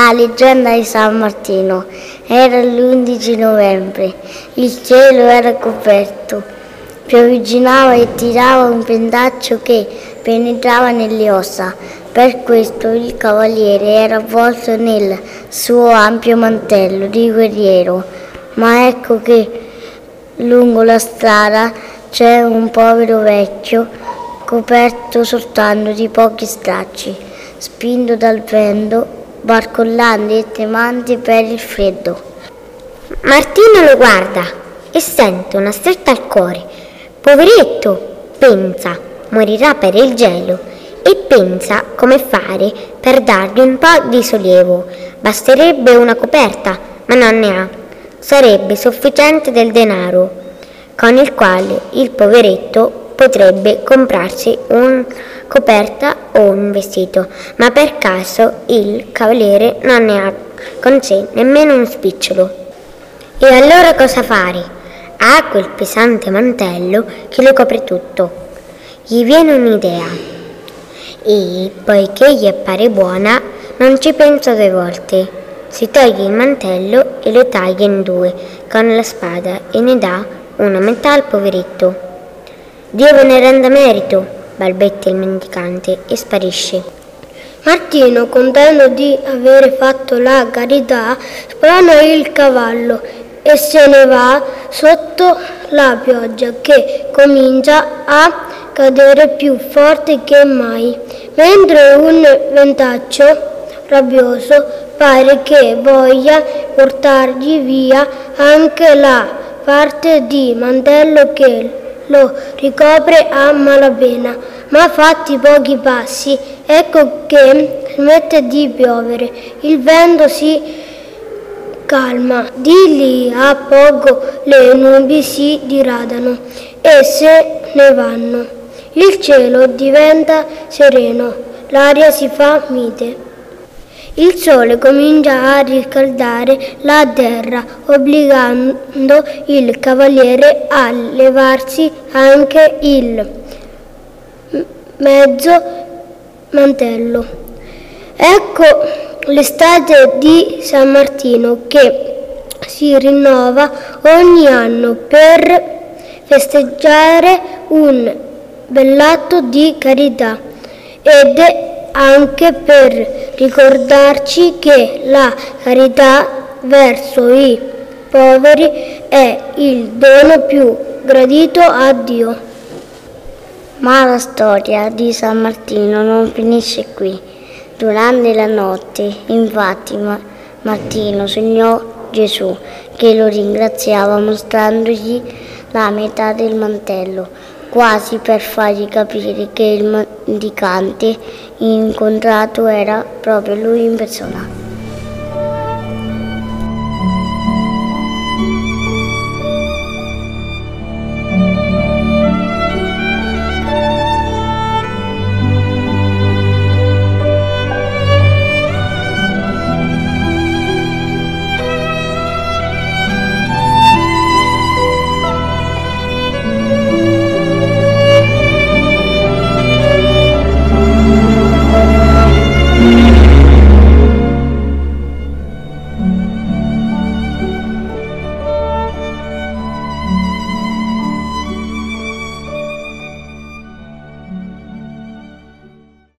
La leggenda di San Martino. Era l'11 novembre, il cielo era coperto, piovigginava e tirava un ventaccio che penetrava nelle ossa. Per questo il cavaliere era avvolto nel suo ampio mantello di guerriero. Ma ecco che lungo la strada c'è un povero vecchio coperto soltanto di pochi stracci, spinto dal vento, barcollante e tremante per il freddo. Martino lo guarda e sente una stretta al cuore. Poveretto, pensa, morirà per il gelo e pensa come fare per dargli un po' di sollievo. Basterebbe una coperta, ma non ne ha. Sarebbe sufficiente del denaro, con il quale il poveretto potrebbe comprarsi una coperta o un vestito, ma per caso il cavaliere non ne ha con sé nemmeno uno spicciolo. E allora cosa fare? Ha quel pesante mantello che lo copre tutto. Gli viene un'idea e, poiché gli appare buona, non ci pensa 2 volte. Si toglie il mantello e lo taglia in 2 con la spada e ne dà una metà al poveretto. Dio ve ne renda merito, balbetta il mendicante e sparisce. Martino, contento di aver fatto la carità, sprona il cavallo e se ne va sotto la pioggia che comincia a cadere più forte che mai, mentre un ventaccio rabbioso pare che voglia portargli via anche la parte di mantello che lo ricopre a malapena, ma fatti pochi passi, ecco che smette di piovere, il vento si calma, di lì a poco le nubi si diradano e se ne vanno, il cielo diventa sereno, l'aria si fa mite. Il sole comincia a riscaldare la terra, obbligando il cavaliere a levarsi anche il mezzo mantello. Ecco l'estate di San Martino che si rinnova ogni anno per festeggiare un bell'atto di carità ed anche per ricordarci che la carità verso i poveri è il dono più gradito a Dio. Ma la storia di San Martino non finisce qui. Durante la notte, infatti, Martino sognò Gesù che lo ringraziava mostrandogli la metà del mantello, quasi per fargli capire che il mendicante incontrato era proprio lui in persona.